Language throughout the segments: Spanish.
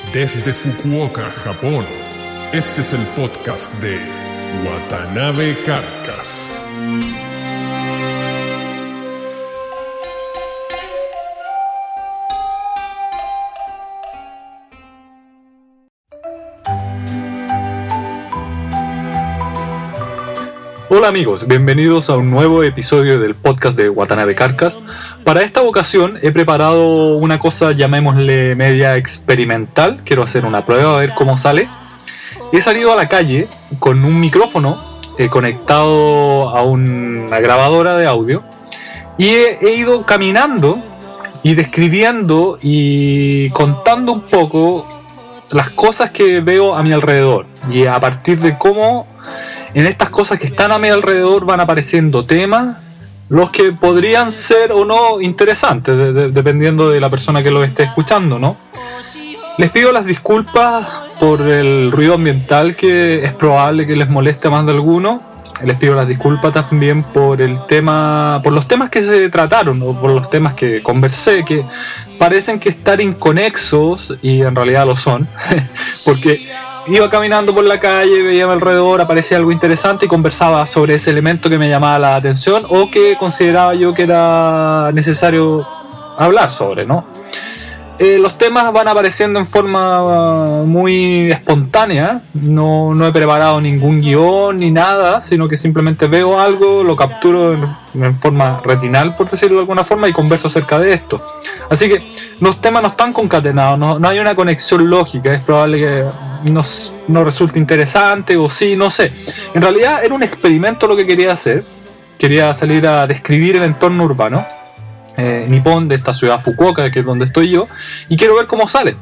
Desde Fukuoka, Japón, este es el podcast de Watanabe Carcas. Hola amigos, bienvenidos a un nuevo episodio del podcast de Watanabe Carcas. Para esta ocasión he preparado una cosa, llamémosle media experimental. Quiero hacer una prueba, a ver cómo sale. He salido a la calle con un micrófono conectado a una grabadora de audio y he ido caminando y describiendo y contando un poco las cosas que veo a mi alrededor, y a partir de cómo en estas cosas que están a mi alrededor van apareciendo temas, los que podrían ser o no interesantes, dependiendo de la persona que lo esté escuchando, ¿no? Les pido las disculpas por el ruido ambiental, que es probable que les moleste a más de alguno. Les pido las disculpas también por el tema, por los temas que se trataron, o por los temas que conversé, que parecen que estar inconexos y en realidad lo son, porque iba caminando por la calle, veía a mi alrededor, aparecía algo interesante y conversaba sobre ese elemento que me llamaba la atención o que consideraba yo que era necesario hablar sobre, ¿no? Los temas van apareciendo en forma muy espontánea. No he preparado ningún guión ni nada, sino que simplemente veo algo, lo capturo en forma retinal, por decirlo de alguna forma, y converso acerca de esto. Así que los temas no están concatenados, no hay una conexión lógica. Es probable que no resulte interesante, o sí, no sé. En realidad era un experimento lo que quería hacer. Quería salir a describir el entorno urbano nipón de esta ciudad Fukuoka, que es donde estoy yo, y quiero ver cómo sale.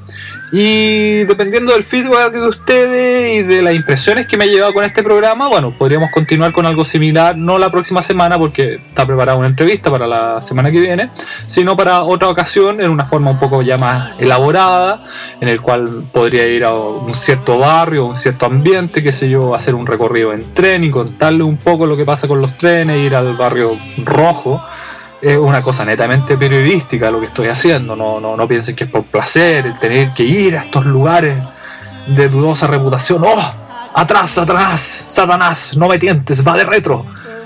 Y dependiendo del feedback de ustedes y de las impresiones que me he llevado con este programa, bueno, podríamos continuar con algo similar, no la próxima semana porque está preparada una entrevista para la semana que viene, sino para otra ocasión, en una forma un poco ya más elaborada, en el cual podría ir a un cierto barrio, un cierto ambiente, qué sé yo, hacer un recorrido en tren y contarle un poco lo que pasa con los trenes, ir al barrio rojo. Es una cosa netamente periodística lo que estoy haciendo. No piensen que es por placer el tener que ir a estos lugares de dudosa reputación. ¡Oh! ¡Atrás! ¡Satanás! ¡No me tientes! ¡Va de retro!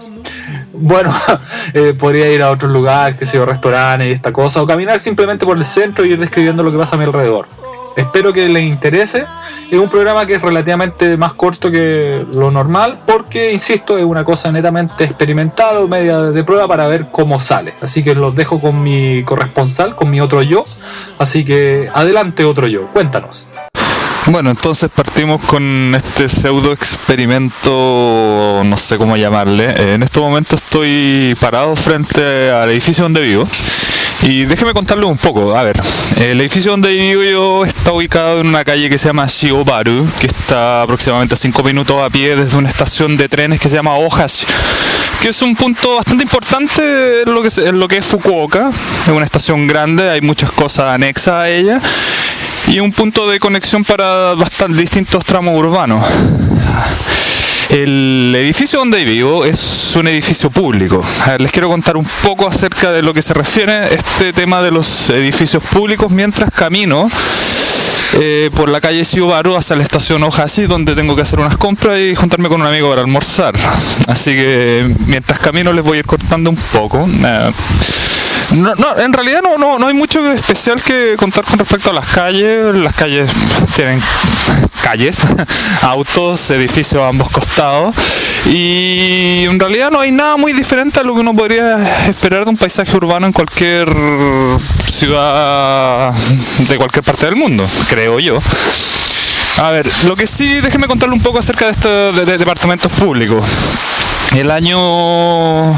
Bueno, podría ir a otros lugares, que sea restaurantes y esta cosa, o caminar simplemente por el centro y ir describiendo lo que pasa a mi alrededor. Espero que les interese. Es un programa que es relativamente más corto que lo normal porque, insisto, es una cosa netamente experimental o media de prueba para ver cómo sale. Así que los dejo con mi corresponsal, con mi otro yo. Así que adelante, otro yo, cuéntanos. Bueno, entonces partimos con este pseudo experimento, no sé cómo llamarle. En este momento estoy parado frente al edificio donde vivo. Y déjeme contarles un poco. A ver, el edificio donde vivo yo está ubicado en una calle que se llama Shiobaru, que está aproximadamente a 5 minutos a pie desde una estación de trenes que se llama Ohashi, que es un punto bastante importante en lo que es Fukuoka. Es una estación grande, hay muchas cosas anexas a ella y un punto de conexión para bastante distintos tramos urbanos. El edificio donde vivo es un edificio público. A ver, les quiero contar un poco acerca de lo que se refiere a este tema de los edificios públicos mientras camino por la calle Shiobaru hacia la estación Ohashi, donde tengo que hacer unas compras y juntarme con un amigo para almorzar. Así que mientras camino les voy a ir contando un poco. En realidad no hay mucho especial que contar con respecto a las calles. Las calles tienen calles, autos, edificios a ambos costados, y en realidad no hay nada muy diferente a lo que uno podría esperar de un paisaje urbano en cualquier ciudad de cualquier parte del mundo, creo yo. A ver, lo que sí, déjenme contarle un poco acerca de departamentos públicos. El año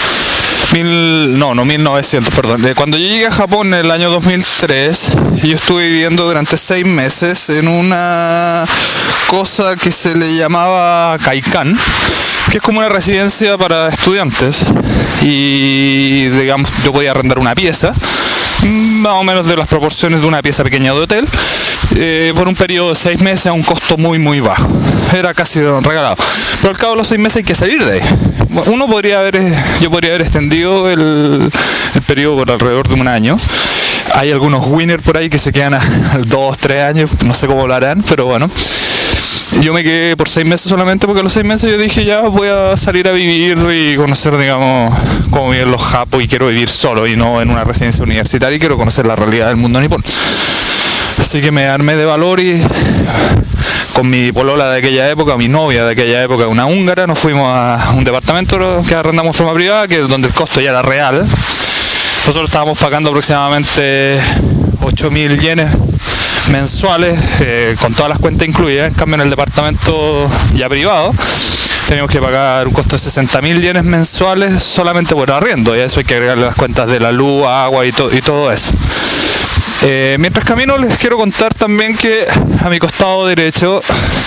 1900, perdón. Cuando yo llegué a Japón en el año 2003, yo estuve viviendo durante 6 meses en una cosa que se le llamaba Kaikan, que es como una residencia para estudiantes, y digamos yo podía arrendar una pieza más o menos de las proporciones de una pieza pequeña de hotel por un periodo de 6 meses a un costo muy muy bajo. Era casi regalado, pero al cabo de los 6 meses hay que salir de ahí. Yo podría haber extendido el periodo por alrededor de un año, Hay algunos winners por ahí que se quedan a 2, 3 años, no sé cómo lo harán, pero bueno. Yo me quedé por 6 meses solamente porque a los 6 meses yo dije ya voy a salir a vivir y conocer, digamos, cómo viven los japos, y quiero vivir solo y no en una residencia universitaria, y quiero conocer la realidad del mundo nipón. Así que me armé de valor y con mi polola de aquella época, mi novia de aquella época, una húngara, nos fuimos a un departamento que arrendamos de forma privada, que donde el costo ya era real. Nosotros estábamos pagando aproximadamente 8.000 yenes mensuales, con todas las cuentas incluidas. En cambio, en el departamento ya privado teníamos que pagar un costo de 60.000 yenes mensuales solamente por arriendo, y a eso hay que agregarle las cuentas de la luz, agua y todo eso. Mientras camino, les quiero contar también que a mi costado derecho,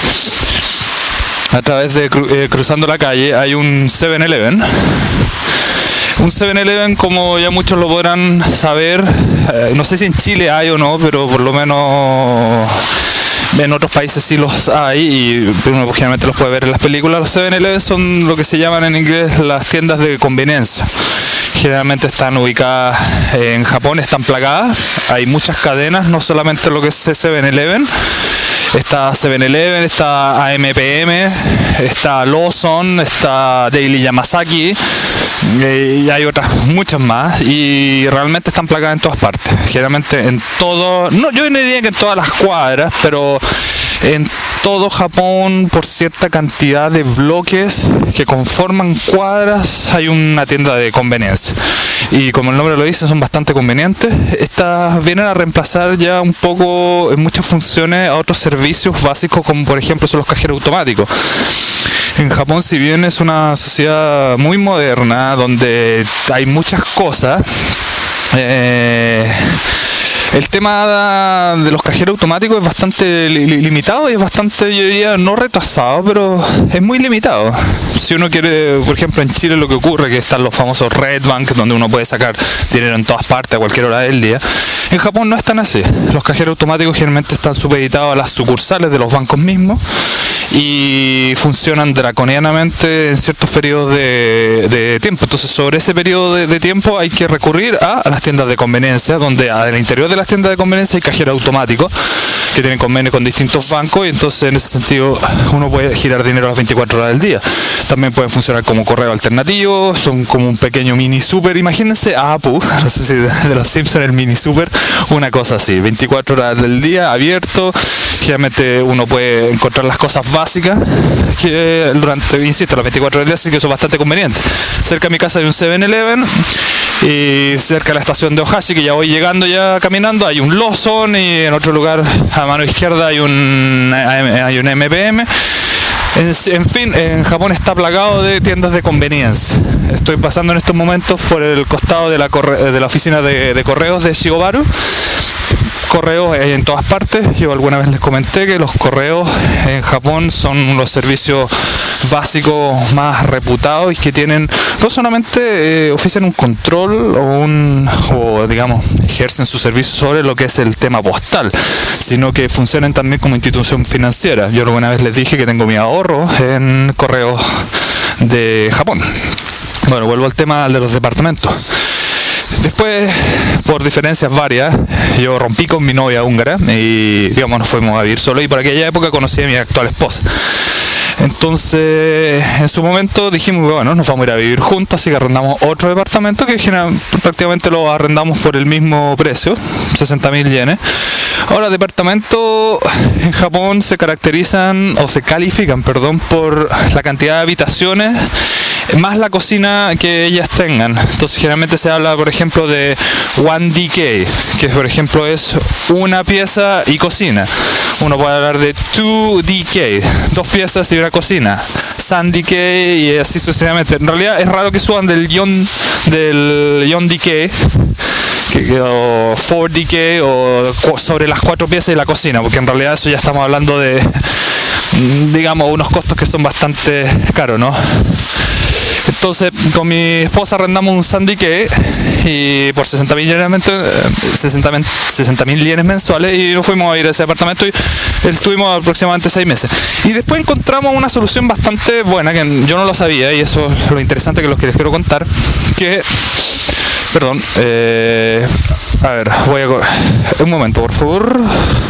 a través de cruzando la calle, hay un 7-Eleven. Un 7-Eleven, como ya muchos lo podrán saber, no sé si en Chile hay o no, pero por lo menos en otros países sí los hay, y uno generalmente los puede ver en las películas. Los 7-Eleven son lo que se llaman en inglés las tiendas de conveniencia. Generalmente están ubicadas en Japón, están plagadas. Hay muchas cadenas, no solamente lo que es 7-Eleven. Está 7-Eleven, está AMPM, está Lawson, está Daily Yamazaki, y hay otras muchas más, y realmente están plagadas en todas partes. Generalmente en todo, no, yo no diría que en todas las cuadras, pero en todo Japón, por cierta cantidad de bloques que conforman cuadras, hay una tienda de conveniencia. Y como el nombre lo dice, son bastante convenientes. Estas vienen a reemplazar ya un poco en muchas funciones a otros servicios básicos, como por ejemplo son los cajeros automáticos. En Japón, si bien es una sociedad muy moderna, donde hay muchas cosas, el tema de los cajeros automáticos es bastante limitado, y es bastante, yo diría, no retrasado, pero es muy limitado. Si uno quiere, por ejemplo, en Chile lo que ocurre, que están los famosos Red Bank, donde uno puede sacar dinero en todas partes a cualquier hora del día. En Japón no es tan así. Los cajeros automáticos generalmente están supeditados a las sucursales de los bancos mismos, y funcionan draconianamente en ciertos periodos de tiempo. Entonces, sobre ese periodo de tiempo hay que recurrir a las tiendas de conveniencia, donde al interior de las tiendas de conveniencia hay cajeros automáticos que tienen convenio con distintos bancos, y entonces en ese sentido uno puede girar dinero a las 24 horas del día. También pueden funcionar como correo alternativo, son como un pequeño mini super. Imagínense a Apu, no sé si de los Simpsons, el mini super, una cosa así, 24 horas del día, abierto. Generalmente uno puede encontrar las cosas básicas que durante, insisto, las 24 horas del día, así que eso es bastante conveniente. Cerca de mi casa hay un 7-Eleven, y cerca de la estación de Ohashi, que ya voy llegando ya caminando, hay un Lawson, y en otro lugar a mano izquierda hay un MPM. En fin, en Japón está plagado de tiendas de conveniencia. Estoy pasando en estos momentos por el costado de la oficina de correos de Shigobaru. Correos en todas partes. Yo alguna vez les comenté que los correos en Japón son los servicios básicos más reputados, y que tienen, no solamente ofician un control o digamos ejercen su servicio sobre lo que es el tema postal, sino que funcionan también como institución financiera. Yo alguna vez les dije que tengo mi ahorro en correos de Japón. Bueno, vuelvo al tema de los departamentos. Después, por diferencias varias, yo rompí con mi novia húngara y, digamos, nos fuimos a vivir solos, y por aquella época conocí a mi actual esposa. Entonces, en su momento dijimos, bueno, nos vamos a ir a vivir juntos, así que arrendamos otro departamento que prácticamente lo arrendamos por el mismo precio, 60.000 yenes. Ahora, departamentos en Japón se caracterizan, o se califican, perdón, por la cantidad de habitaciones más la cocina que ellas tengan. Entonces generalmente se habla, por ejemplo, de 1DK, que por ejemplo es una pieza y cocina. Uno puede hablar de 2DK, 2 piezas y una cocina, 3DK, y así sucesivamente. En realidad es raro que suban del 4DK o 4DK o sobre las 4 piezas y la cocina, porque en realidad eso ya estamos hablando de, digamos, unos costos que son bastante caros, ¿no? Entonces, con mi esposa arrendamos un 3DK y por 60.000 yenes mensuales, y nos fuimos a ir a ese apartamento, y estuvimos aproximadamente 6 meses. Y después encontramos una solución bastante buena, que yo no lo sabía, y eso es lo interesante que les quiero contar, que Perdón. A ver, un momento, por favor.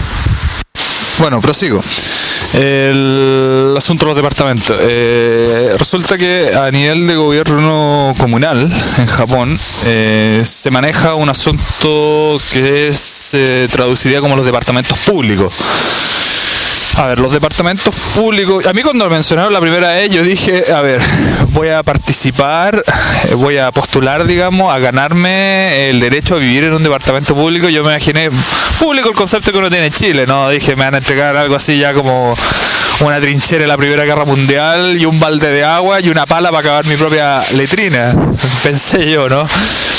Bueno, prosigo. El asunto de los departamentos. Resulta que a nivel de gobierno comunal en Japón se maneja un asunto que se traduciría como los departamentos públicos. A ver, los departamentos públicos, a mí cuando lo mencionaron la primera vez yo dije, a ver, voy a participar, voy a postular, digamos, a ganarme el derecho a vivir en un departamento público. Yo me imaginé, público el concepto que uno tiene en Chile, ¿no? Dije, me van a entregar algo así ya como una trinchera en la Primera Guerra Mundial y un balde de agua y una pala para cavar mi propia letrina, pensé yo, ¿no?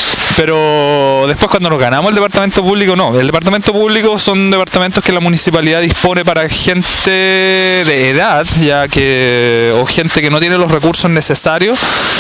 Pero después cuando nos ganamos el departamento público, no. El departamento público son departamentos que la municipalidad dispone para gente de edad, o gente que no tiene los recursos necesarios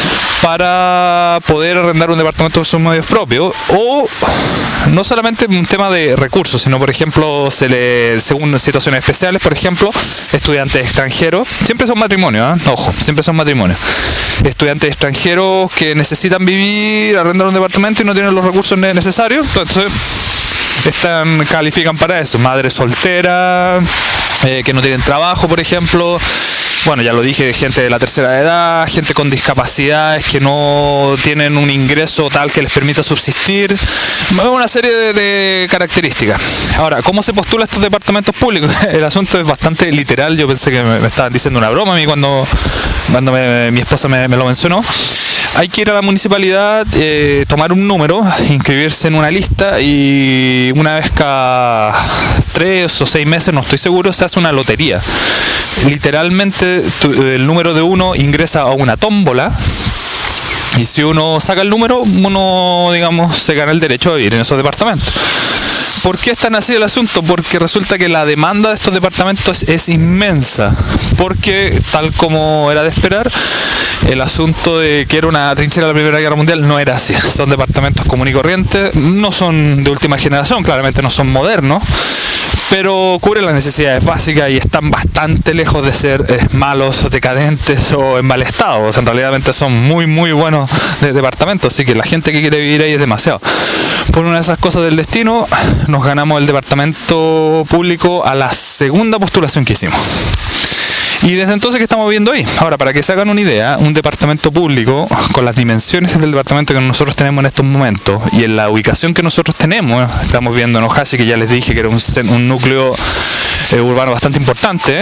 para poder arrendar un departamento de sus medios propios. O no solamente un tema de recursos, sino por ejemplo, según situaciones especiales, por ejemplo, estudiantes extranjeros, siempre son matrimonios, ojo, siempre son matrimonios. Estudiantes extranjeros que necesitan vivir, arrendar un departamento y no tienen los recursos necesarios, entonces califican para eso. Madres solteras, que no tienen trabajo, por ejemplo. Bueno, ya lo dije, gente de la tercera edad, gente con discapacidades que no tienen un ingreso tal que les permita subsistir, una serie de características. Ahora, ¿cómo se postula estos departamentos públicos? El asunto es bastante literal. Yo pensé que me estaban diciendo una broma a mí cuando mi esposa me lo mencionó. Hay que ir a la municipalidad, tomar un número, inscribirse en una lista y una vez cada 3 o 6 meses, no estoy seguro, se hace una lotería. Literalmente el número de uno ingresa a una tómbola y si uno saca el número, uno, digamos, se gana el derecho a vivir en esos departamentos. ¿Por qué es tan así el asunto? Porque resulta que la demanda de estos departamentos es inmensa, porque tal como era de esperar, el asunto de que era una trinchera de la Primera Guerra Mundial no era así. Son departamentos comunes y corrientes, no son de última generación, claramente no son modernos, pero cubren las necesidades básicas y están bastante lejos de ser malos, decadentes o en mal estado. O sea, en realidad son muy muy buenos departamentos, así que la gente que quiere vivir ahí es demasiado. Por una de esas cosas del destino, nos ganamos el departamento público a la segunda postulación que hicimos. Y desde entonces, ¿qué estamos viendo ahí? Ahora, para que se hagan una idea, un departamento público con las dimensiones del departamento que nosotros tenemos en estos momentos y en la ubicación que nosotros tenemos, estamos viendo en Ohashi, que ya les dije que era un núcleo urbano bastante importante,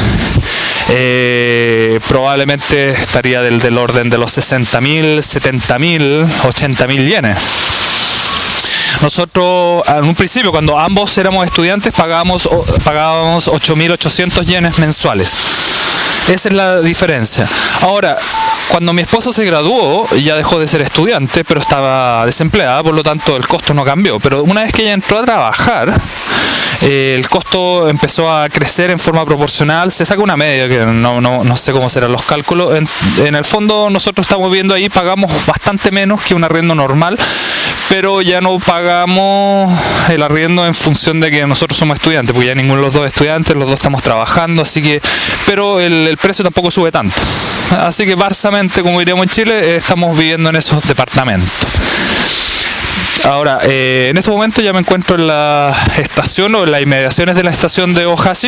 probablemente estaría del orden de los 60.000, 70.000, 80.000 yenes. Nosotros, en un principio, cuando ambos éramos estudiantes, pagábamos 8.800 yenes mensuales. Esa es la diferencia. Ahora, cuando mi esposa se graduó, ya dejó de ser estudiante, pero estaba desempleada, por lo tanto el costo no cambió. Pero una vez que ella entró a trabajar, el costo empezó a crecer en forma proporcional. Se saca una media, que no sé cómo serán los cálculos. En el fondo, nosotros estamos viendo ahí, pagamos bastante menos que un arriendo normal, pero ya no pagamos el arriendo en función de que nosotros somos estudiantes, porque ya ninguno de los dos es estudiante, los dos estamos trabajando, así que, pero el precio tampoco sube tanto. Así que básicamente, como diríamos en Chile, estamos viviendo en esos departamentos. Ahora, en este momento ya me encuentro en la estación o en las inmediaciones de la estación de Ohashi.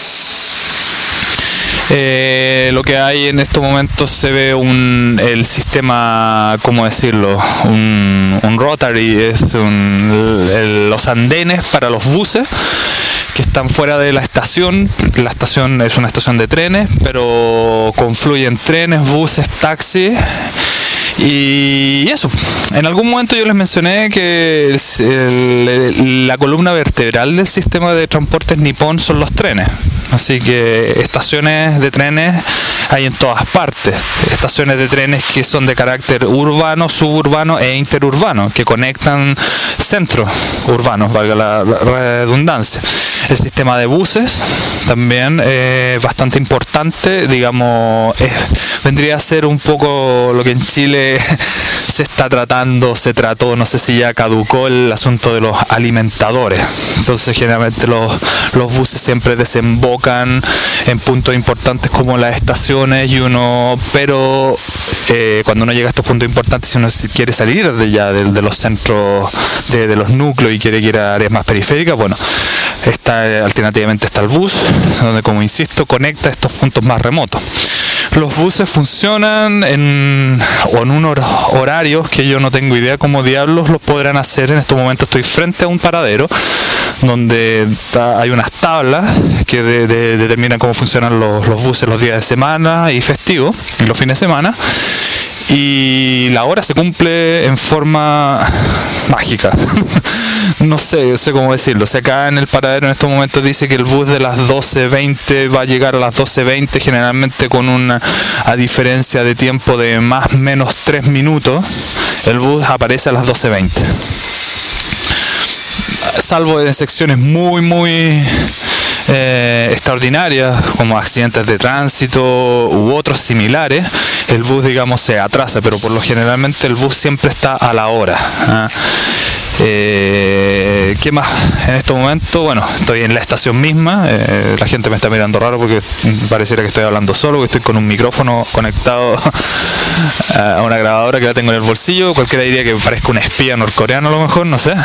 Lo que hay en estos momentos se ve el sistema, ¿cómo decirlo? Un rotary, los andenes para los buses que están fuera de la estación. La estación es una estación de trenes, pero confluyen trenes, buses, taxis. Y eso, en algún momento yo les mencioné que la columna vertebral del sistema de transportes nipón son los trenes. Así que estaciones de trenes hay en todas partes. Estaciones de trenes que son de carácter urbano, suburbano e interurbano, que conectan centros urbanos, valga la redundancia. El sistema de buses también es bastante importante, digamos, vendría a ser un poco lo que en Chile se trató, no sé si ya caducó el asunto de los alimentadores. Entonces generalmente los buses siempre desembocan en puntos importantes como las estaciones pero cuando uno llega a estos puntos importantes, si uno quiere salir de los centros, de los núcleos y quiere ir a áreas más periféricas, bueno, alternativamente está el bus, donde, como insisto, conecta estos puntos más remotos. Los buses funcionan en unos horarios que yo no tengo idea cómo diablos los podrán hacer. En este momento estoy frente a un paradero donde hay unas tablas que determinan cómo funcionan los buses los días de semana y festivos y los fines de semana. Y la hora se cumple en forma mágica. No sé cómo decirlo. O sea, acá en el paradero en estos momentos dice que el bus de las 12:20 va a llegar a las 12:20, generalmente con a diferencia de tiempo de más o menos 3 minutos. El bus aparece a las 12:20. Salvo en secciones muy extraordinarias, como accidentes de tránsito u otros similares, el bus, digamos, se atrasa, pero por lo generalmente el bus siempre está a la hora. ¿Qué más? En este momento, bueno, estoy en la estación misma. La gente me está mirando raro porque pareciera que estoy hablando solo, que estoy con un micrófono conectado a una grabadora que la tengo en el bolsillo. Cualquiera diría que parezco un espía norcoreano, a lo mejor, no sé.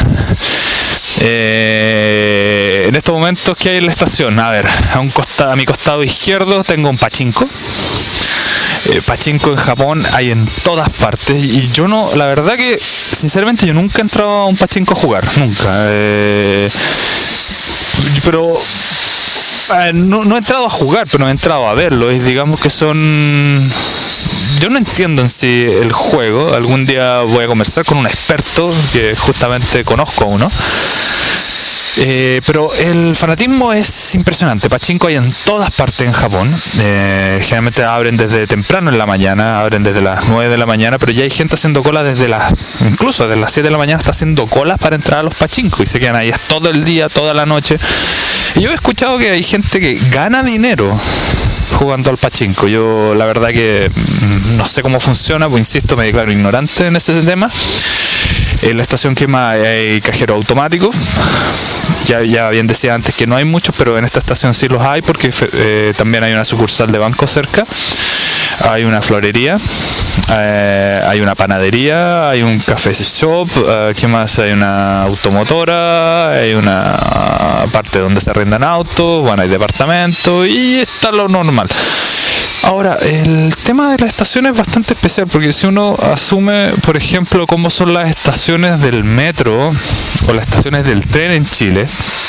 En estos momentos, ¿qué hay en la estación? A ver, a mi costado izquierdo tengo un pachinko. Pachinko en Japón hay en todas partes, y yo no, la verdad que sinceramente yo nunca he entrado a un pachinko a jugar, nunca. Pero no he entrado a jugar, pero he entrado a verlo, y digamos que yo no entiendo en sí el juego. Algún día voy a conversar con un experto, que justamente conozco a uno. Pero el fanatismo es impresionante. Pachinko hay en todas partes en Japón. Generalmente abren desde temprano en la mañana, abren desde las 9 de la mañana, pero ya hay gente haciendo cola incluso desde las 7 de la mañana está haciendo colas para entrar a los pachinko, y se quedan ahí todo el día, toda la noche. Y yo he escuchado que hay gente que gana dinero jugando al pachinko. Yo la verdad que no sé cómo funciona, pues insisto, me declaro ignorante en ese tema. En la estación Quema hay cajero automático. Ya bien decía antes que no hay muchos, pero en esta estación sí los hay, porque también hay una sucursal de banco cerca. Hay una florería, hay una panadería, hay un café shop, ¿qué más? Hay una automotora, hay una parte donde se arrendan autos, bueno, hay departamentos, y está lo normal. Ahora, el tema de la estación es bastante especial, porque si uno asume, por ejemplo, cómo son las estaciones del metro o las estaciones del tren en Chile,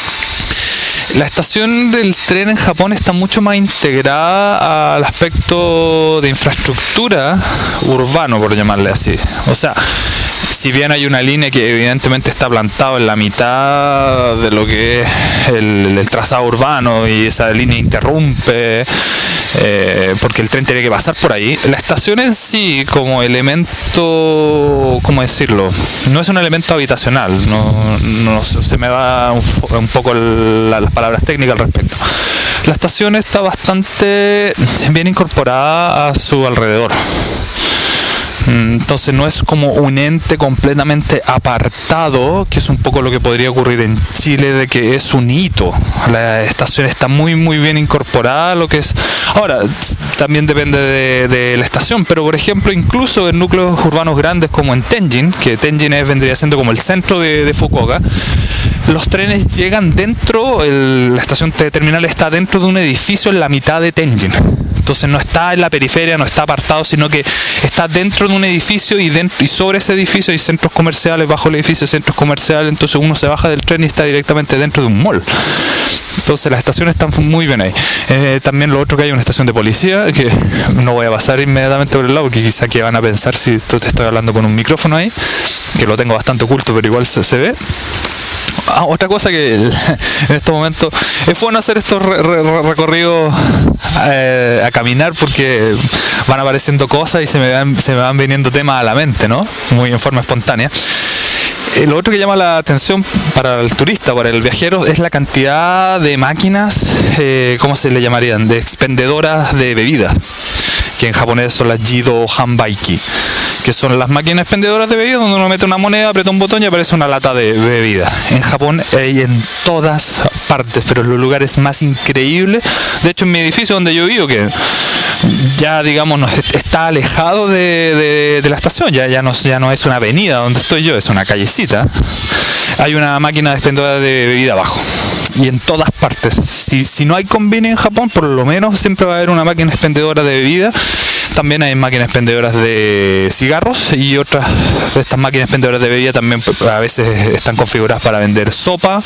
la estación del tren en Japón está mucho más integrada al aspecto de infraestructura urbano, por llamarle así. O sea, si bien hay una línea que evidentemente está plantada en la mitad de lo que es el trazado urbano, y esa línea interrumpe porque el tren tiene que pasar por ahí, la estación en sí, como elemento, ¿cómo decirlo? No es un elemento habitacional, no se me va un poco las palabras técnicas al respecto. La estación está bastante bien incorporada a su alrededor. Entonces no es como un ente completamente apartado, que es un poco lo que podría ocurrir en Chile, de que es un hito. La estación está muy bien incorporada a lo que es. Ahora, también depende de la estación, pero por ejemplo, incluso en núcleos urbanos grandes como en Tenjin, que Tenjin vendría siendo como el centro de Fukuoka, los trenes llegan dentro, la estación terminal está dentro de un edificio en la mitad de Tenjin. Entonces no está en la periferia, no está apartado, sino que está dentro de un edificio, y sobre ese edificio hay centros comerciales, bajo el edificio hay centros comerciales. Entonces uno se baja del tren y está directamente dentro de un mall. Entonces las estaciones están muy bien ahí. También lo otro, que hay una estación de policía, que no voy a pasar inmediatamente por el lado, porque quizá que van a pensar si te estoy hablando con un micrófono ahí, que lo tengo bastante oculto, pero igual se ve. Otra cosa que en estos momentos es bueno hacer estos recorridos a caminar, porque van apareciendo cosas y se me van viniendo temas a la mente, ¿no? Muy en forma espontánea. Lo otro que llama la atención para el turista, para el viajero, es la cantidad de máquinas, ¿cómo se le llamarían? De expendedoras de bebidas, que en japonés son las Jido Hanbaiki, que son las máquinas expendedoras de bebidas donde uno mete una moneda, aprieta un botón y aparece una lata de bebida. En Japón hay en todas partes, pero en los lugares más increíbles. De hecho, en mi edificio donde yo vivo, que ya digamos está alejado de la estación, ya no es una avenida donde estoy yo, es una callecita, hay una máquina expendedora de bebida abajo. Y en todas partes, si no hay conveni en Japón, por lo menos siempre va a haber una máquina expendedora de bebida. También hay máquinas expendedoras de cigarros, y otras de estas máquinas expendedoras de bebida también a veces están configuradas para vender sopa,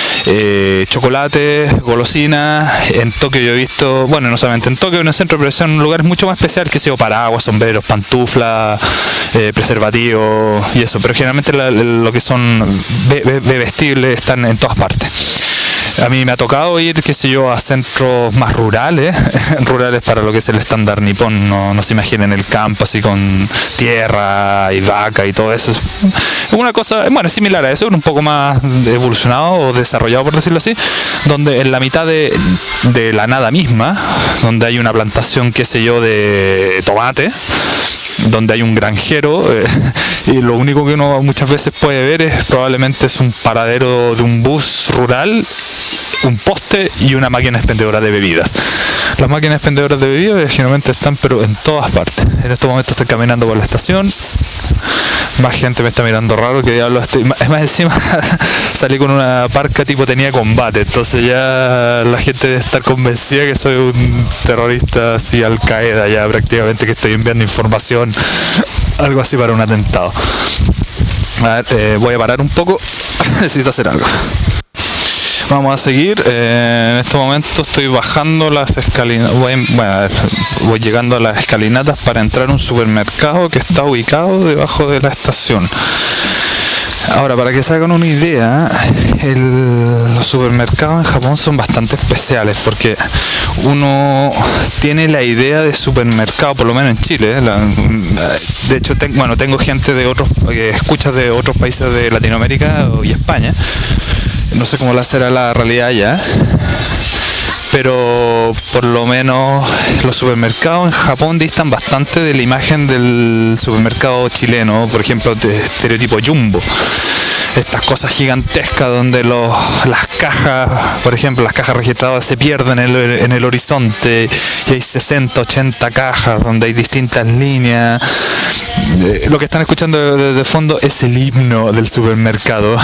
chocolate, golosinas. En Tokio yo he visto, bueno, no solamente en Tokio, en el centro, pero son lugares mucho más especiales, que sea paraguas, sombreros, pantuflas, preservativos y eso. Pero generalmente lo que son bebestibles están en todas partes. A mí me ha tocado ir, qué sé yo, a centros más rurales para lo que es el estándar nipón. No se imaginen el campo así con tierra y vaca y todo eso. Es una cosa, bueno, similar a eso, un poco más evolucionado o desarrollado, por decirlo así, donde en la mitad de la nada misma, donde hay una plantación, qué sé yo, de tomate, donde hay un granjero, y lo único que uno muchas veces puede ver probablemente es un paradero de un bus rural, un poste y una máquina expendedora de bebidas. Las máquinas expendedoras de bebidas generalmente están pero en todas partes. En estos momentos estoy caminando por la estación, más gente me está mirando raro, que diablo estoy. Es más, encima salí con una parca tipo tenía combate, entonces ya la gente debe estar convencida que soy un terrorista así Al Qaeda, ya prácticamente, que estoy enviando información, algo así, para un atentado. A ver, voy a parar un poco, necesito hacer algo. Vamos a seguir. En este momento estoy bajando las escalinatas. Voy llegando a las escalinatas para entrar a un supermercado que está ubicado debajo de la estación. Ahora, para que se hagan una idea, los supermercados en Japón son bastante especiales, porque uno tiene la idea de supermercado, por lo menos en Chile. De hecho, tengo gente de otros, escuchas de otros países de Latinoamérica y España. No sé cómo será la realidad allá, pero por lo menos los supermercados en Japón distan bastante de la imagen del supermercado chileno, por ejemplo, de estereotipo Jumbo. Estas cosas gigantescas donde las cajas, por ejemplo, las cajas registradas se pierden en el horizonte, y hay 60, 80 cajas donde hay distintas líneas. Lo que están escuchando de fondo es el himno del supermercado,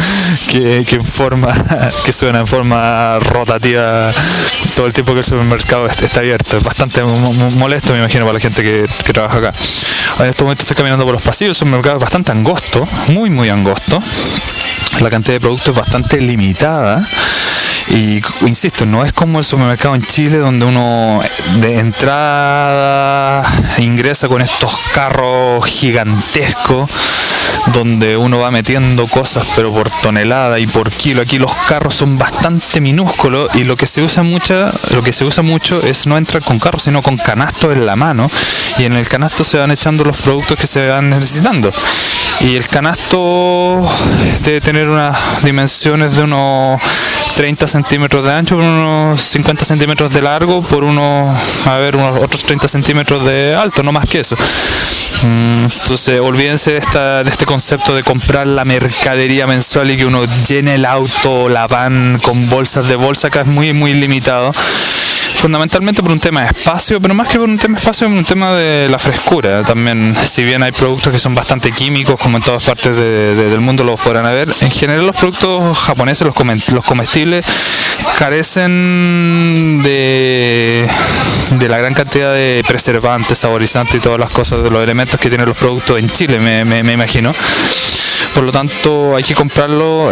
que suena en forma rotativa todo el tiempo que el supermercado está abierto. Es bastante molesto, me imagino, para la gente que trabaja acá. En este momento estoy caminando por los pasillos. El supermercado es bastante angosto, muy muy angosto. La cantidad de productos es bastante limitada. Y insisto, no es como el supermercado en Chile, donde uno de entrada ingresa con estos carros gigantescos, donde uno va metiendo cosas pero por tonelada y por kilo. Aquí los carros son bastante minúsculos, y lo que se usa mucho es no entrar con carros, sino con canastos en la mano, y en el canasto se van echando los productos que se van necesitando. Y el canasto debe tener unas dimensiones de unos 30 centímetros de ancho por unos 50 centímetros de largo por unos otros 30 centímetros de alto, no más que eso. Entonces olvídense de este concepto de comprar la mercadería mensual y que uno llene el auto o la van con bolsas de bolsa. Acá es muy muy limitado, fundamentalmente por un tema de espacio, pero más que por un tema de espacio, es un tema de la frescura también. Si bien hay productos que son bastante químicos, como en todas partes del mundo los podrán ver, en general los productos japoneses, los comestibles, carecen de la gran cantidad de preservantes, saborizantes y todas las cosas, de los elementos que tienen los productos en Chile, me imagino. Por lo tanto, hay que comprarlo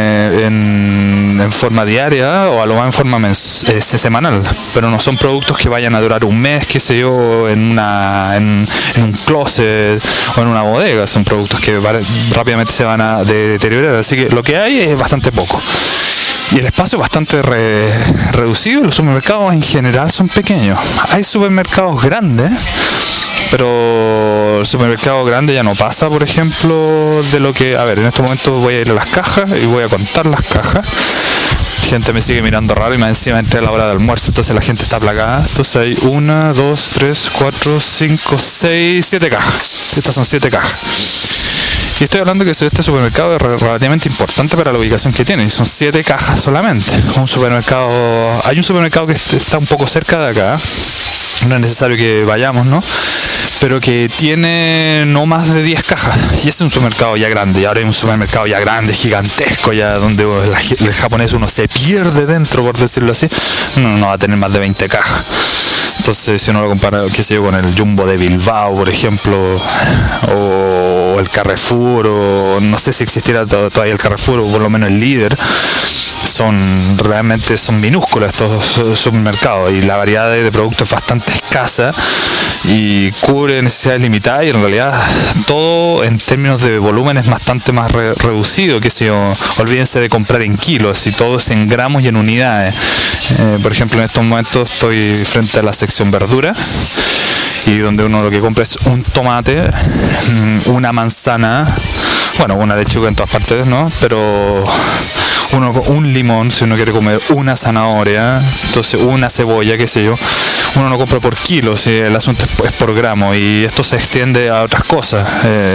en forma diaria o a lo más en forma semanal. Pero no son productos que vayan a durar un mes, qué sé yo, en un closet o en una bodega. Son productos que rápidamente se van a deteriorar. Así que lo que hay es bastante poco. Y el espacio es bastante reducido. Los supermercados en general son pequeños. Hay supermercados grandes, pero el supermercado grande ya no pasa, por ejemplo, de lo que... A ver, en estos momentos voy a ir a las cajas y voy a contar las cajas. Gente me sigue mirando raro y más encima entré a la hora de almuerzo, entonces la gente está plagada. Entonces hay 1, 2, 3, 4, 5, 6, 7 cajas. Estas son 7 cajas. Y estoy hablando que este supermercado es relativamente importante para la ubicación que tiene, y son 7 cajas solamente. Hay un supermercado que está un poco cerca de acá, no es necesario que vayamos, ¿no? Pero que tiene no más de 10 cajas, y es un supermercado ya grande, y ahora hay un supermercado ya grande, gigantesco, ya donde el japonés uno se pierde dentro, por decirlo así, no va a tener más de 20 cajas. Entonces, si uno lo compara, qué sé yo, con el Jumbo de Bilbao, por ejemplo, o el Carrefour, o no sé si existiera todavía el Carrefour, o por lo menos el Líder, realmente son minúsculos estos supermercados, y la variedad de productos es bastante escasa y cubre necesidades limitadas, y en realidad todo en términos de volumen es bastante más reducido, que si olvídense de comprar en kilos, y todo es en gramos y en unidades. Por ejemplo, en estos momentos estoy frente a la sección verdura, y donde uno lo que compra es un tomate, una manzana, bueno, una lechuga en todas partes, ¿no? Pero un limón, si uno quiere comer, una zanahoria, entonces una cebolla, qué sé yo, uno no compra por kilos, si el asunto es por gramo, y esto se extiende a otras cosas.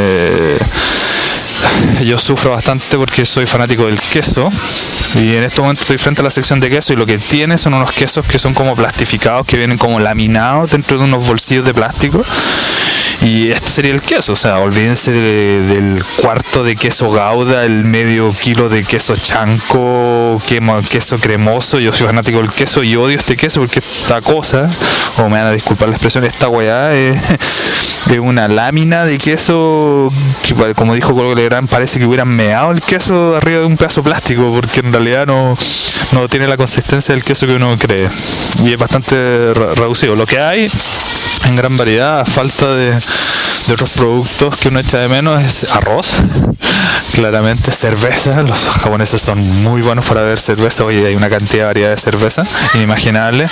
Yo sufro bastante porque soy fanático del queso, y en este momento estoy frente a la sección de queso, y lo que tiene son unos quesos que son como plastificados, que vienen como laminados dentro de unos bolsillos de plástico. Y esto sería el queso, o sea, olvídense del cuarto de queso Gouda, el medio kilo de queso chanco, queso cremoso. Yo soy fanático del queso y odio este queso porque esta cosa, o me van a disculpar la expresión, esta weá es una lámina de queso que, como dijo Colo Legrand, parece que hubieran meado el queso arriba de un pedazo plástico, porque en realidad no tiene la consistencia del queso que uno cree, y es bastante reducido. Lo que hay en gran variedad, a falta de otros productos que uno echa de menos, es arroz, claramente cerveza. Los japoneses son muy buenos para beber cerveza, hoy hay una cantidad de variedad de cerveza inimaginable.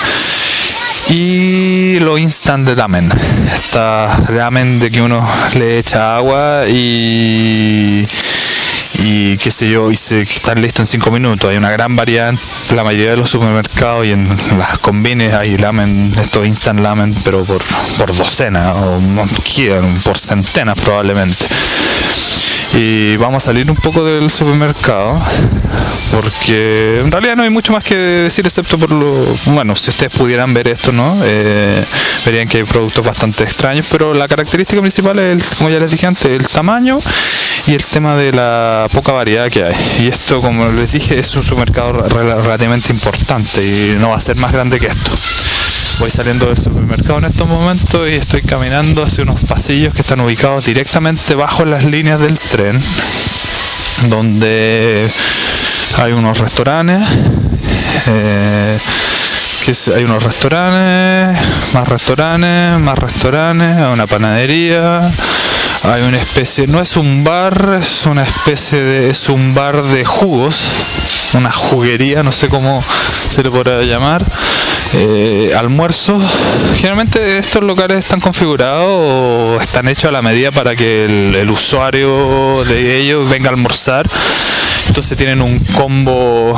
Y lo instant de ramen, ramen de que uno le echa agua y qué sé yo, y están listos en 5 minutos. Hay una gran variedad en la mayoría de los supermercados, y en las combines hay ramen, estos instant ramen, pero por docenas, o por centenas probablemente. Y vamos a salir un poco del supermercado, porque en realidad no hay mucho más que decir, excepto bueno, si ustedes pudieran ver esto, ¿no? Verían que hay productos bastante extraños, pero la característica principal es, como ya les dije antes, el tamaño y el tema de la poca variedad que hay. Y esto, como les dije, es un supermercado relativamente importante, y no va a ser más grande que esto. Voy saliendo del supermercado en estos momentos y estoy caminando hacia unos pasillos que están ubicados directamente bajo las líneas del tren, donde hay unos restaurantes, hay unos restaurantes, más restaurantes, hay una panadería, hay una especie, no es un bar, es un bar de jugos, una juguería, no sé cómo se le podrá llamar. Almuerzos. Generalmente estos locales están configurados o están hechos a la medida para que el usuario de ellos venga a almorzar. Entonces tienen un combo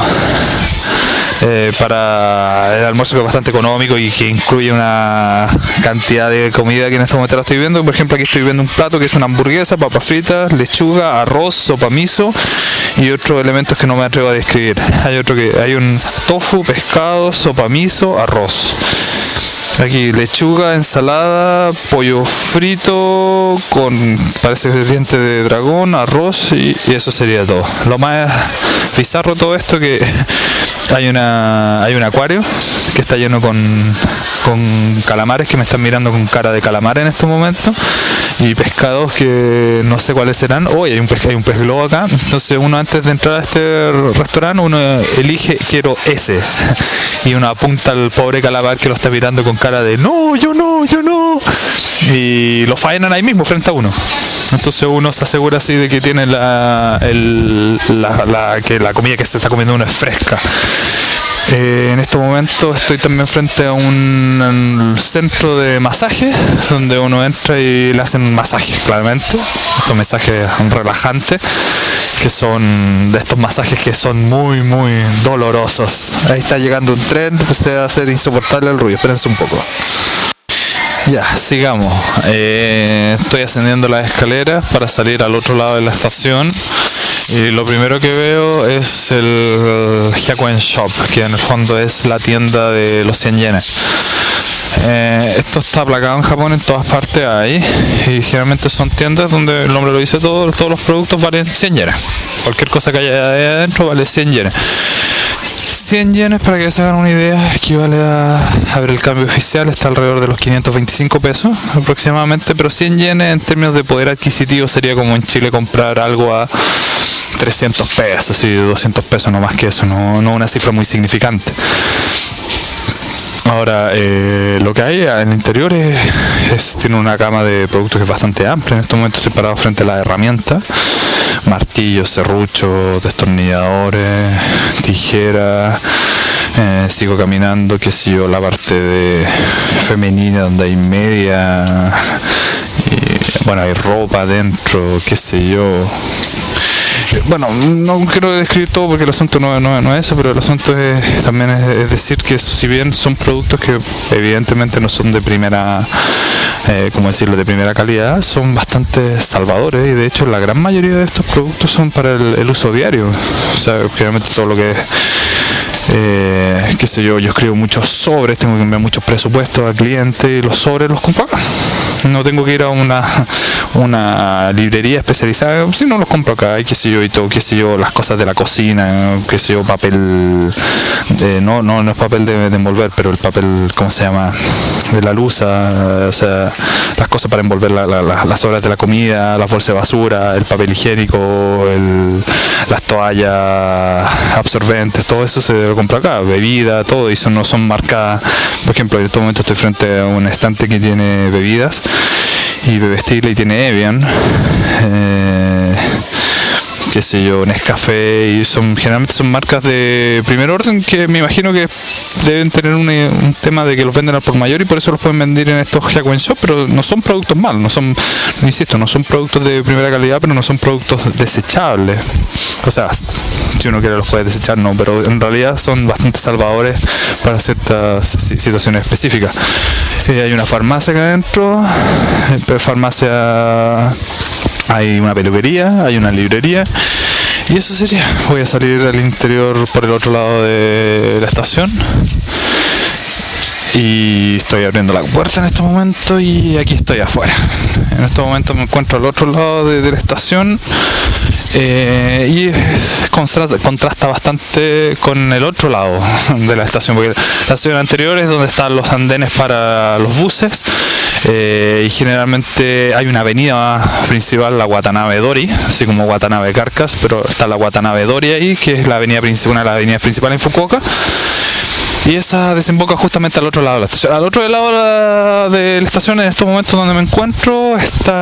para el almuerzo que es bastante económico y que incluye una cantidad de comida que en este momento la estoy viendo. Por ejemplo, aquí estoy viendo un plato que es una hamburguesa, papas fritas, lechuga, arroz, sopa miso y otros elementos que no me atrevo a describir. Hay un tofu, pescado, sopa miso, arroz. Aquí lechuga, ensalada, pollo frito con, parece diente de dragón, arroz y eso sería todo. Lo más bizarro de todo esto que hay un acuario que está lleno con calamares que me están mirando con cara de calamar en estos momentos, y pescados que no sé cuáles serán. Hay un pez globo acá. Entonces uno, antes de entrar a este restaurante, uno elige quiero ese y uno apunta al pobre calamar que lo está mirando con cara de no, yo no, y lo faenan ahí mismo frente a uno. Entonces uno se asegura así de que tiene que la comida que se está comiendo uno es fresca. En este momento estoy también frente a un centro de masaje donde uno entra y le hacen masajes, claramente. Estos masajes relajantes, que son de estos masajes que son muy, muy dolorosos. Ahí está llegando un tren, pues va a ser insoportable el ruido. Espérense un poco. Ya, sigamos. Estoy ascendiendo las escaleras para salir al otro lado de la estación. Y lo primero que veo es el Hyakuen Shop, que en el fondo es la tienda de los 100 yenes. Esto está placado en Japón, en todas partes hay, y generalmente son tiendas donde el nombre lo dice todo, todos los productos valen 100 yenes. Cualquier cosa que haya ahí adentro vale 100 yenes. 100 yenes, para que se hagan una idea, equivale a ver, el cambio oficial está alrededor de los 525 pesos aproximadamente, pero 100 yenes en términos de poder adquisitivo sería como en Chile comprar algo a 300 pesos y 200 pesos, no más que eso, no una cifra muy significante. Ahora, lo que hay en el interior tiene una gama de productos que es bastante amplia. En este momento estoy parado frente a las herramientas: martillos, serruchos, destornilladores, tijeras. Sigo caminando, qué sé yo, la parte de femenina donde hay media, y, bueno, hay ropa adentro, qué sé yo. Bueno, no quiero describir todo porque el asunto no es eso, pero el asunto también es decir que si bien son productos que evidentemente no son de primera, de primera calidad, son bastante salvadores, y de hecho la gran mayoría de estos productos son para el uso diario. O sea, generalmente todo lo que es, qué sé yo escribo muchos sobres, tengo que enviar muchos presupuestos al cliente y los sobres los compro acá. No tengo que ir a una librería especializada, si no los compro acá, y qué sé yo, y todo, qué sé yo, las cosas de la cocina, qué sé yo, papel, no es papel de envolver, pero el papel, ¿cómo se llama?, de la luza, o sea, las cosas para envolver las sobras de la comida, las bolsas de basura, el papel higiénico, las toallas absorbentes, todo eso se lo compro acá, bebida, todo, y eso no son marcas. Por ejemplo, en este momento estoy frente a un estante que tiene bebidas y Bebestible, y tiene Evian, qué sé yo, Nescafé, y generalmente son marcas de primer orden que me imagino que deben tener un tema de que los venden al por mayor y por eso los pueden vender en estos Hyakuen Shop, pero no son productos malos, no son productos de primera calidad, pero no son productos desechables. O sea, si uno quiere los puede desechar, no, pero en realidad son bastante salvadores para ciertas situaciones específicas. Hay una farmacia acá adentro, hay una peluquería, hay una librería, y eso sería. Voy a salir al interior por el otro lado de la estación y estoy abriendo la puerta en este momento, y aquí estoy afuera. En este momento me encuentro al otro lado de la estación, y contrasta bastante con el otro lado de la estación, porque la estación anterior es donde están los andenes para los buses, y generalmente hay una avenida principal, la Watanabe Dori, así como Watanabe Carcas, pero está la Watanabe Dori ahí, que es una de las avenidas principales en Fukuoka. Y esa desemboca justamente al otro lado de la estación. Al otro lado de la estación, en estos momentos donde me encuentro,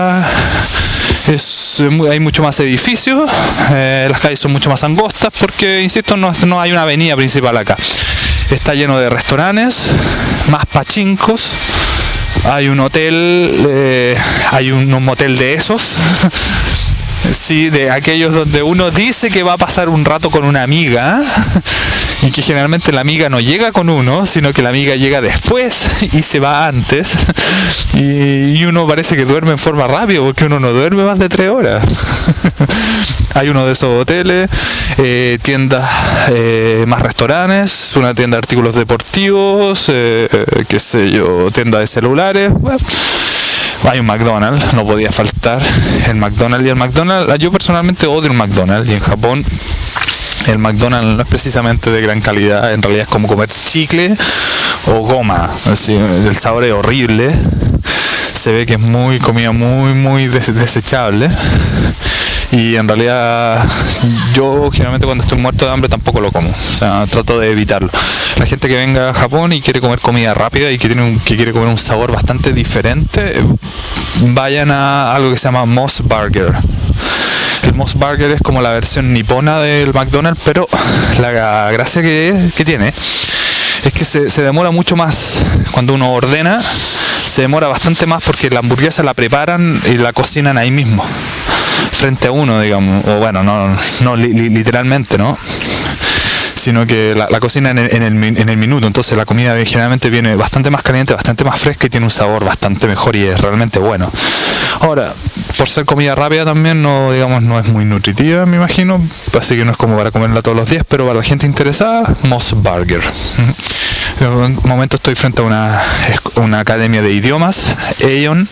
hay mucho más edificios, las calles son mucho más angostas porque, insisto, no hay una avenida principal acá. Está lleno de restaurantes, más pachincos, hay un hotel, hay un motel de esos. Sí, de aquellos donde uno dice que va a pasar un rato con una amiga, y que generalmente la amiga no llega con uno, sino que la amiga llega después y se va antes, y uno parece que duerme en forma rápida porque uno no duerme más de 3 horas. Hay uno de esos hoteles, tiendas, más restaurantes, una tienda de artículos deportivos, qué sé yo, tienda de celulares. Bueno, hay un McDonald's, no podía faltar el McDonald's. Y el McDonald's, yo personalmente odio el McDonald's, y en Japón el McDonald's no es precisamente de gran calidad, en realidad es como comer chicle o goma, así, el sabor es horrible, se ve que es comida muy desechable, y en realidad yo generalmente cuando estoy muerto de hambre tampoco lo como, o sea, trato de evitarlo. La gente que venga a Japón y quiere comer comida rápida y que quiere comer un sabor bastante diferente, vayan a algo que se llama Moss Burger. El Mos Burger es como la versión nipona del McDonald's, pero la gracia que tiene es que se demora mucho más. Cuando uno ordena, se demora bastante más porque la hamburguesa la preparan y la cocinan ahí mismo, frente a uno, digamos. O bueno, no literalmente, ¿no? Sino que la cocina en el minuto. Entonces la comida generalmente viene bastante más caliente, bastante más fresca y tiene un sabor bastante mejor y es realmente bueno. Ahora, por ser comida rápida también no es muy nutritiva, me imagino, así que no es como para comerla todos los días, pero para la gente interesada, Mos Burger. En un momento estoy frente a una academia de idiomas, Ion,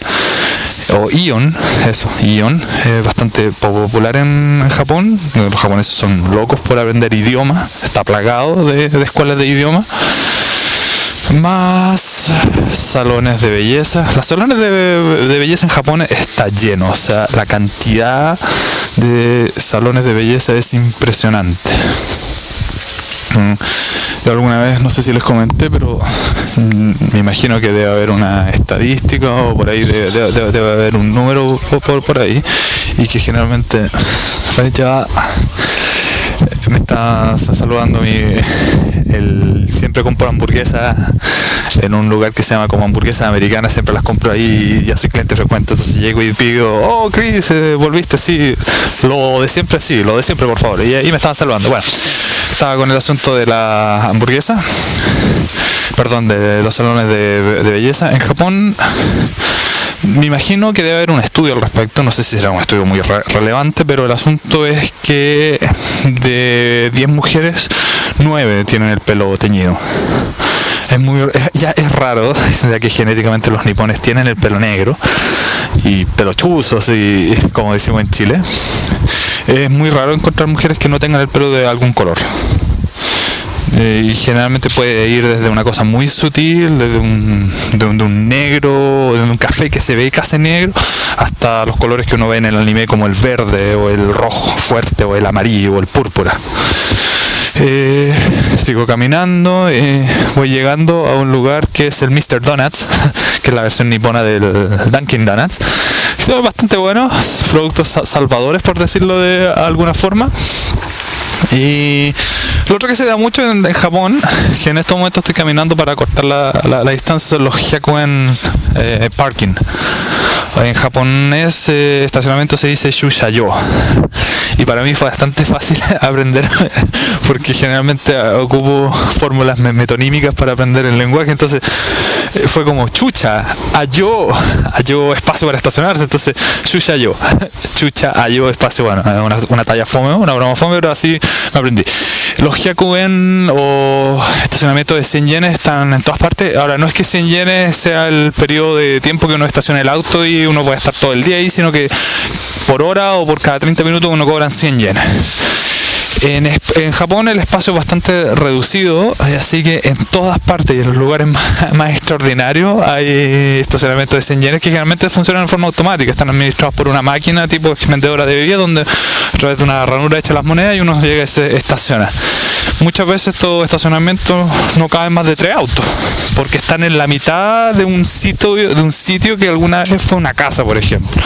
es bastante popular en Japón. Los japoneses son locos por aprender idiomas, está plagado de escuelas de idiomas. Más salones de belleza. Los salones de belleza en Japón está lleno, o sea, la cantidad de salones de belleza es impresionante. Yo alguna vez, no sé si les comenté, pero me imagino que debe haber una estadística o por ahí debe haber un número por ahí, y que generalmente ya me está saludando siempre compro hamburguesas en un lugar que se llama como Hamburguesas Americanas, siempre las compro ahí y ya soy cliente frecuente, entonces llego y pido, oh Chris, volviste, sí, lo de siempre por favor, y ahí me estaban saludando. Bueno, estaba con el asunto de la hamburguesa, de los salones de belleza en Japón. Me imagino que debe haber un estudio al respecto, no sé si será un estudio muy relevante, pero el asunto es que de 10 mujeres, 9 tienen el pelo teñido. Es raro, ya que genéticamente los nipones tienen el pelo negro y pelo chuzos, y como decimos en Chile. Es muy raro encontrar mujeres que no tengan el pelo de algún color. Y generalmente puede ir desde una cosa muy sutil, desde un negro, de un café que se ve casi negro, hasta los colores que uno ve en el anime como el verde o el rojo fuerte o el amarillo o el púrpura. Sigo caminando, voy llegando a un lugar que es el Mr. Donuts, que es la versión nipona del Dunkin' Donuts. Son bastante buenos, productos salvadores, por decirlo de alguna forma. Y lo otro que se da mucho en Japón, que en estos momentos estoy caminando para cortar la distancia, son los Hyakuen parking. En japonés estacionamiento se dice shushayo, y para mí fue bastante fácil aprender porque generalmente ocupo fórmulas metonímicas para aprender el lenguaje, entonces fue como chucha, ayo espacio para estacionarse, entonces shushayo, chucha, ayo espacio, bueno, una talla fome, una broma fome, pero así me aprendí. Los Hyakuen o estacionamiento de 100 yenes están en todas partes. Ahora, no es que 100 yenes sea el periodo de tiempo que uno estaciona el auto y uno puede estar todo el día ahí, sino que por hora o por cada 30 minutos uno cobran 100 yenes. En Japón el espacio es bastante reducido, así que en todas partes y en los lugares más extraordinarios hay estacionamientos de 100 yenes que generalmente funcionan de forma automática, están administrados por una máquina tipo expendedora de bebida, donde a través de una ranura echa las monedas y uno llega y se estaciona. Muchas veces estos estacionamientos no caben más de 3 autos, porque están en la mitad de un sitio que alguna vez fue una casa, por ejemplo.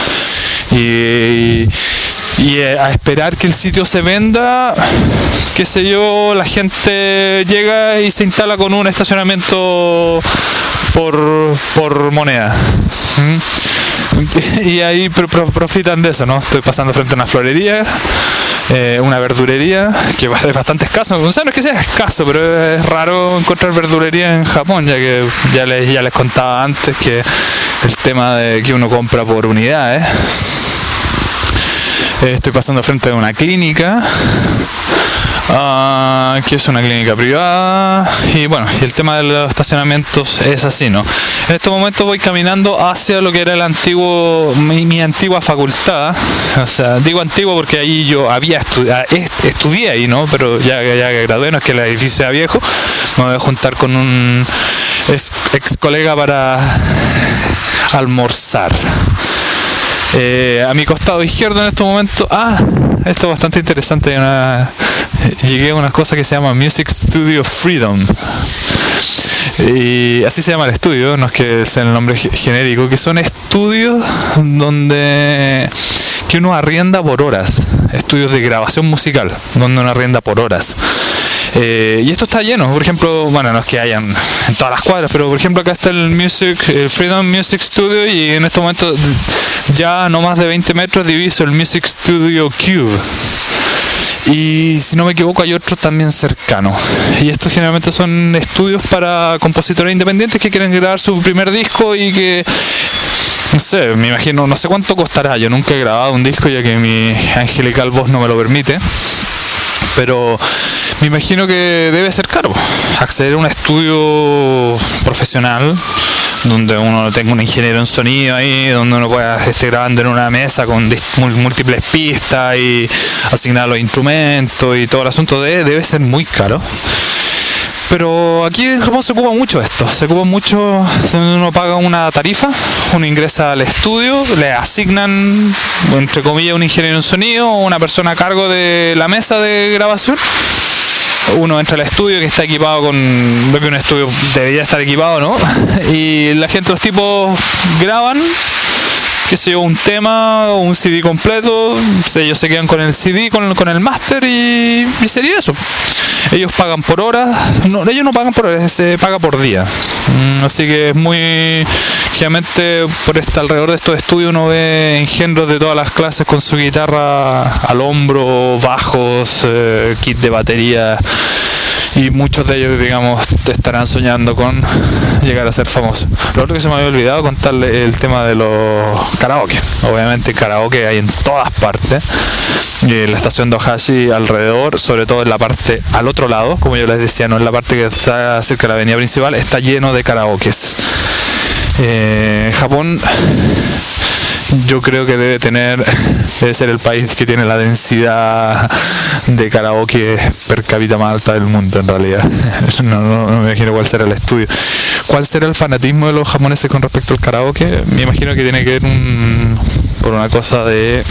Y a esperar que el sitio se venda, qué sé yo, la gente llega y se instala con un estacionamiento por moneda. Y ahí profitan de eso, ¿no? Estoy pasando frente a una florería, una verdulería, que es bastante escaso. O sea, no es que sea escaso, pero es raro encontrar verdulería en Japón, ya que ya les contaba antes que el tema de que uno compra por unidades. Estoy pasando frente a una clínica, que es una clínica privada, y bueno, y el tema de los estacionamientos es así, ¿no? En estos momentos voy caminando hacia lo que era mi antigua facultad. O sea, digo antiguo porque ahí yo estudié ahí, ¿no? Pero ya gradué, no es que el edificio sea viejo. Me voy a juntar con un ex colega para almorzar. A mi costado izquierdo en estos momentos, esto es bastante interesante, llegué a una cosa que se llama Music Studio Freedom, y así se llama el estudio, no es que sea el nombre genérico, que son estudios que uno arrienda por horas, estudios de grabación musical, donde uno arrienda por horas. Y esto está lleno, por ejemplo, bueno, no es que hayan en todas las cuadras, pero por ejemplo acá está el Freedom Music Studio, y en este momento ya no más de 20 metros diviso el Music Studio Cube. Y si no me equivoco hay otro también cercano. Y estos generalmente son estudios para compositores independientes que quieren grabar su primer disco y que, no sé, me imagino, no sé cuánto costará. Yo nunca he grabado un disco ya que mi angelical voz no me lo permite. Pero me imagino que debe ser caro acceder a un estudio profesional donde uno tenga un ingeniero en sonido ahí, donde uno pueda estar grabando en una mesa con múltiples pistas y asignar los instrumentos y todo el asunto. Debe ser muy caro. Pero aquí en Japón se ocupa mucho esto, se ocupa mucho donde uno paga una tarifa, uno ingresa al estudio, le asignan, entre comillas, un ingeniero en sonido o una persona a cargo de la mesa de grabación. Uno entra al estudio que está equipado con lo que un estudio debería estar equipado, ¿no? Y la gente, los tipos graban, qué sé yo, un tema o un CD completo, ellos se quedan con el CD, con el máster y sería eso. Ellos pagan por hora, no, ellos no pagan por hora, se paga por día. Así que es muy... Generalmente alrededor de estos estudios uno ve engendros de todas las clases con su guitarra al hombro, bajos, kit de batería, y muchos de ellos, digamos, estarán soñando con llegar a ser famosos. Lo otro que se me había olvidado contarle el tema de los karaoke. Obviamente karaoke hay en todas partes, y en la estación de Ohashi alrededor, sobre todo en la parte al otro lado, como yo les decía, no en la parte que está cerca de la avenida principal, está lleno de karaokes. Japón, yo creo que debe ser el país que tiene la densidad de karaoke per cápita más alta del mundo, en realidad. No me imagino cuál será el estudio. ¿Cuál será el fanatismo de los japoneses con respecto al karaoke? Me imagino que tiene que ver por una cosa de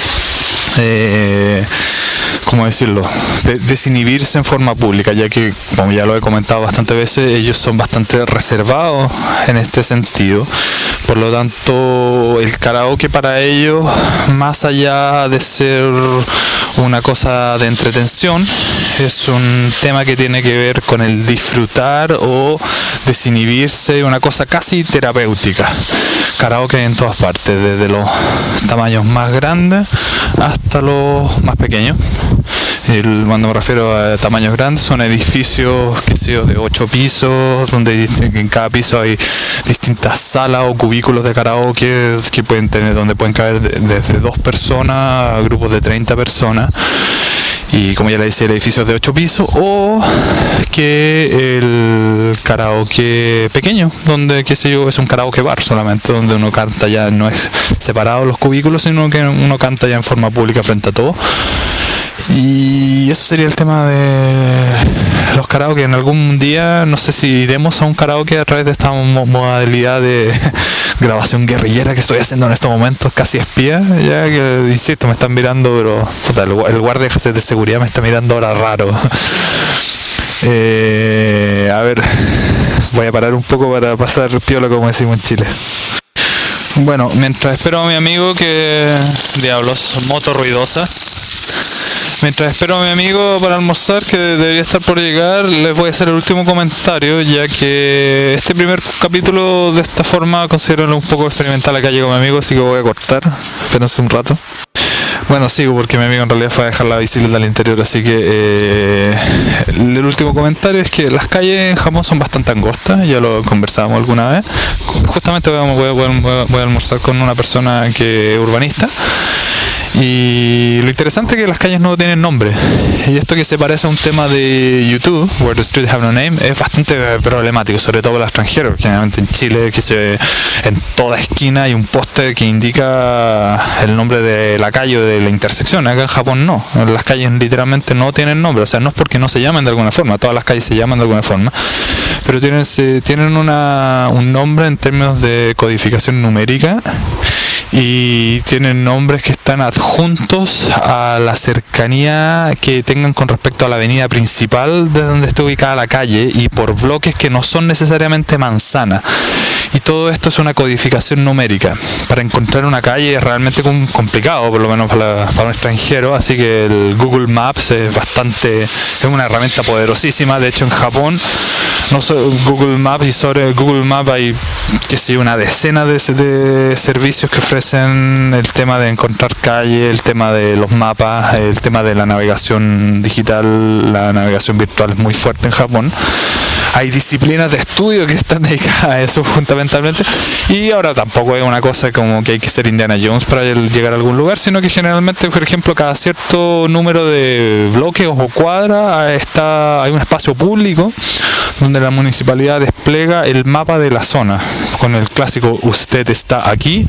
¿cómo decirlo? Desinhibirse en forma pública, ya que, como ya lo he comentado bastantes veces, ellos son bastante reservados en este sentido. Por lo tanto, el karaoke para ellos, más allá de ser una cosa de entretención, es un tema que tiene que ver con el disfrutar o desinhibirse, una cosa casi terapéutica. Karaoke en todas partes, desde los tamaños más grandes hasta los más pequeños. Cuando me refiero a tamaños grandes, son edificios, qué sé yo, de 8 pisos, donde en cada piso hay distintas salas o cubículos de karaoke que pueden tener, donde pueden caber desde 2 personas a grupos de 30 personas. Y como ya le decía, edificios de 8 pisos, o que el karaoke pequeño, donde, qué sé yo, es un karaoke bar solamente, donde uno canta ya, no es separado los cubículos, sino que uno canta ya en forma pública frente a todos. Y eso sería el tema de los karaoke. En algún día, no sé si iremos a un karaoke a través de esta modalidad de grabación guerrillera que estoy haciendo en estos momentos, casi espía, ya que, insisto, me están mirando, pero puta, el guardia de seguridad me está mirando ahora raro. A ver, voy a parar un poco para pasar piola, como decimos en Chile. Bueno, mientras espero a mi amigo moto ruidosa. Mientras espero a mi amigo para almorzar, que debería estar por llegar, les voy a hacer el último comentario, ya que este primer capítulo de esta forma considero un poco experimental. Acá llegó mi amigo, así que voy a cortar. Espérense un rato. Bueno, sigo porque mi amigo en realidad fue a dejar la bicicleta al interior, así que el último comentario es que las calles en Japón son bastante angostas, ya lo conversábamos alguna vez. Justamente voy a almorzar con una persona que es urbanista. Y lo interesante es que las calles no tienen nombre. Y esto que se parece a un tema de YouTube, Where the Streets Have No Name, es bastante problemático, sobre todo para los extranjeros. Generalmente en Chile, en toda esquina hay un poste que indica el nombre de la calle o de la intersección. Acá en Japón no. Las calles literalmente no tienen nombre. O sea, no es porque no se llamen de alguna forma. Todas las calles se llaman de alguna forma. Pero tienen un nombre en términos de codificación numérica. Y tienen nombres que están adjuntos a la cercanía que tengan con respecto a la avenida principal de donde está ubicada la calle, y por bloques que no son necesariamente manzanas. y todo esto es una codificación numérica. Para encontrar una calle es realmente complicado, por lo menos para un extranjero, así que el Google Maps es una herramienta poderosísima. De hecho, en Japón no solo Google Maps, y sobre Google Maps hay una decena de servicios que ofrecen el tema de encontrar calle, el tema de los mapas, el tema de la navegación digital. La navegación virtual es muy fuerte en Japón. Hay disciplinas de estudio que están dedicadas a eso fundamentalmente, y ahora tampoco es una cosa como que hay que ser Indiana Jones para llegar a algún lugar, sino que generalmente, por ejemplo, cada cierto número de bloques o cuadras hay un espacio público donde la municipalidad despliega el mapa de la zona con el clásico "usted está aquí",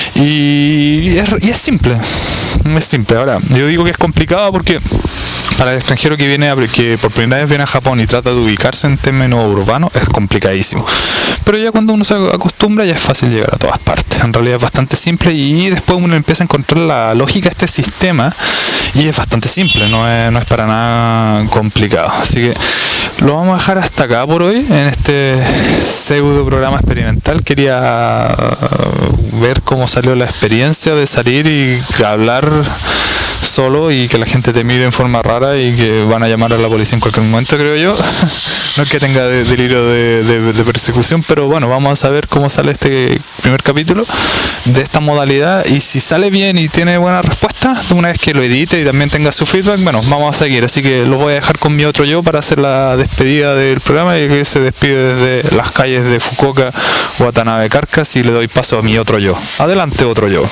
y es simple. Ahora, yo digo que es complicado porque para el extranjero que por primera vez viene a Japón y trata de ubicarse en términos urbanos, es complicadísimo. Pero ya cuando uno se acostumbra, ya es fácil llegar a todas partes. En realidad es bastante simple, y después uno empieza a encontrar la lógica de este sistema, y es bastante simple, no es para nada complicado. Así que lo vamos a dejar hasta acá por hoy, en este pseudo programa experimental. Quería ver cómo salió la experiencia de salir y hablar solo, y que la gente te mire en forma rara y que van a llamar a la policía en cualquier momento, creo yo. No es que tenga delirio de persecución, pero bueno, vamos a saber cómo sale este primer capítulo de esta modalidad, y si sale bien y tiene buena respuesta, una vez que lo edite y también tenga su feedback, bueno, vamos a seguir. Así que lo voy a dejar con mi otro yo para hacer la despedida del programa, y que se despide desde las calles de Fukuoka, Watanabe Carcas, y le doy paso a mi otro yo. Adelante, otro yo.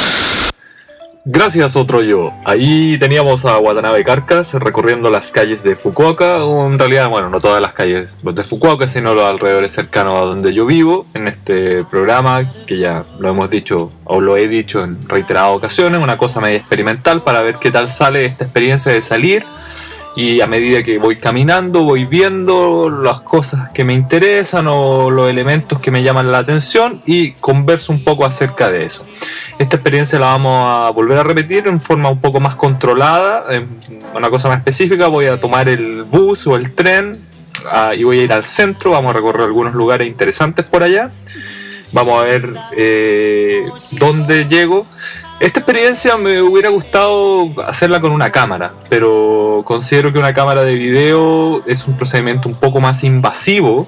Gracias, otro yo. Ahí teníamos a Watanabe Carcas recorriendo las calles de Fukuoka. En realidad, bueno, no todas las calles de Fukuoka, sino los alrededores cercanos a donde yo vivo, en este programa que ya lo hemos dicho, o lo he dicho en reiteradas ocasiones, una cosa media experimental para ver qué tal sale esta experiencia de salir. Y a medida que voy caminando, voy viendo las cosas que me interesan o los elementos que me llaman la atención, y converso un poco acerca de eso. Esta experiencia la vamos a volver a repetir en forma un poco más controlada, una cosa más específica. Voy a tomar el bus o el tren y voy a ir al centro. Vamos a recorrer algunos lugares interesantes por allá. Vamos a ver dónde llego. Esta experiencia me hubiera gustado hacerla con una cámara, pero considero que una cámara de video es un procedimiento un poco más invasivo.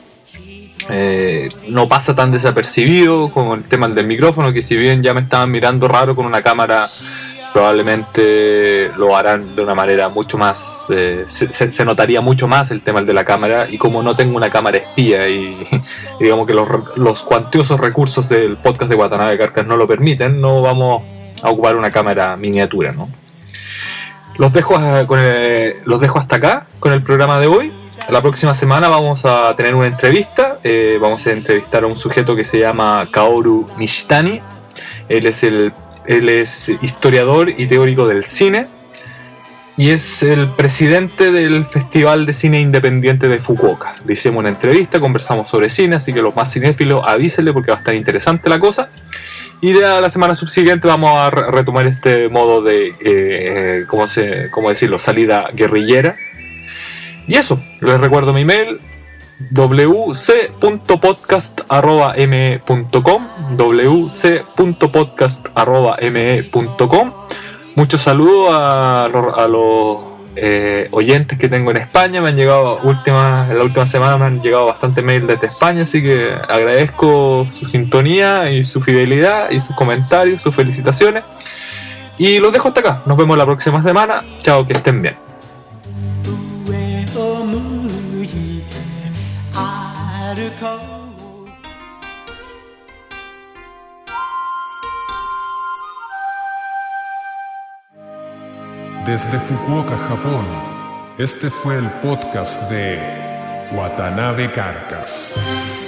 No pasa tan desapercibido como el tema del micrófono, que si bien ya me estaban mirando raro con una cámara, probablemente lo harán de una manera mucho más, se notaría mucho más el tema de la cámara. Y como no tengo una cámara espía y digamos que los cuantiosos recursos del podcast de Watanabe Carcas no lo permiten, no vamos a ocupar una cámara miniatura, ¿no? Los dejo hasta acá con el programa de hoy. La próxima semana vamos a tener una entrevista. Vamos a entrevistar a un sujeto que se llama Kaoru Nishitani. Él es historiador y teórico del cine, y es el presidente del Festival de Cine Independiente de Fukuoka. Le hicimos una entrevista, conversamos sobre cine, así que los más cinéfilos avísenle porque va a estar interesante la cosa. Y ya la semana subsiguiente vamos a retomar este modo de, ¿cómo decirlo?, salida guerrillera. Y eso, les recuerdo mi mail, wc.podcast@me.com, wc.podcast@me.com. Muchos saludos a los oyentes que tengo en España. Me han llegado en la última semana me han llegado bastante mails desde España, así que agradezco su sintonía y su fidelidad y sus comentarios, sus felicitaciones, y los dejo hasta acá. Nos vemos la próxima semana. Chao, que estén bien. Desde Fukuoka, Japón, este fue el podcast de Watanabe Carcas.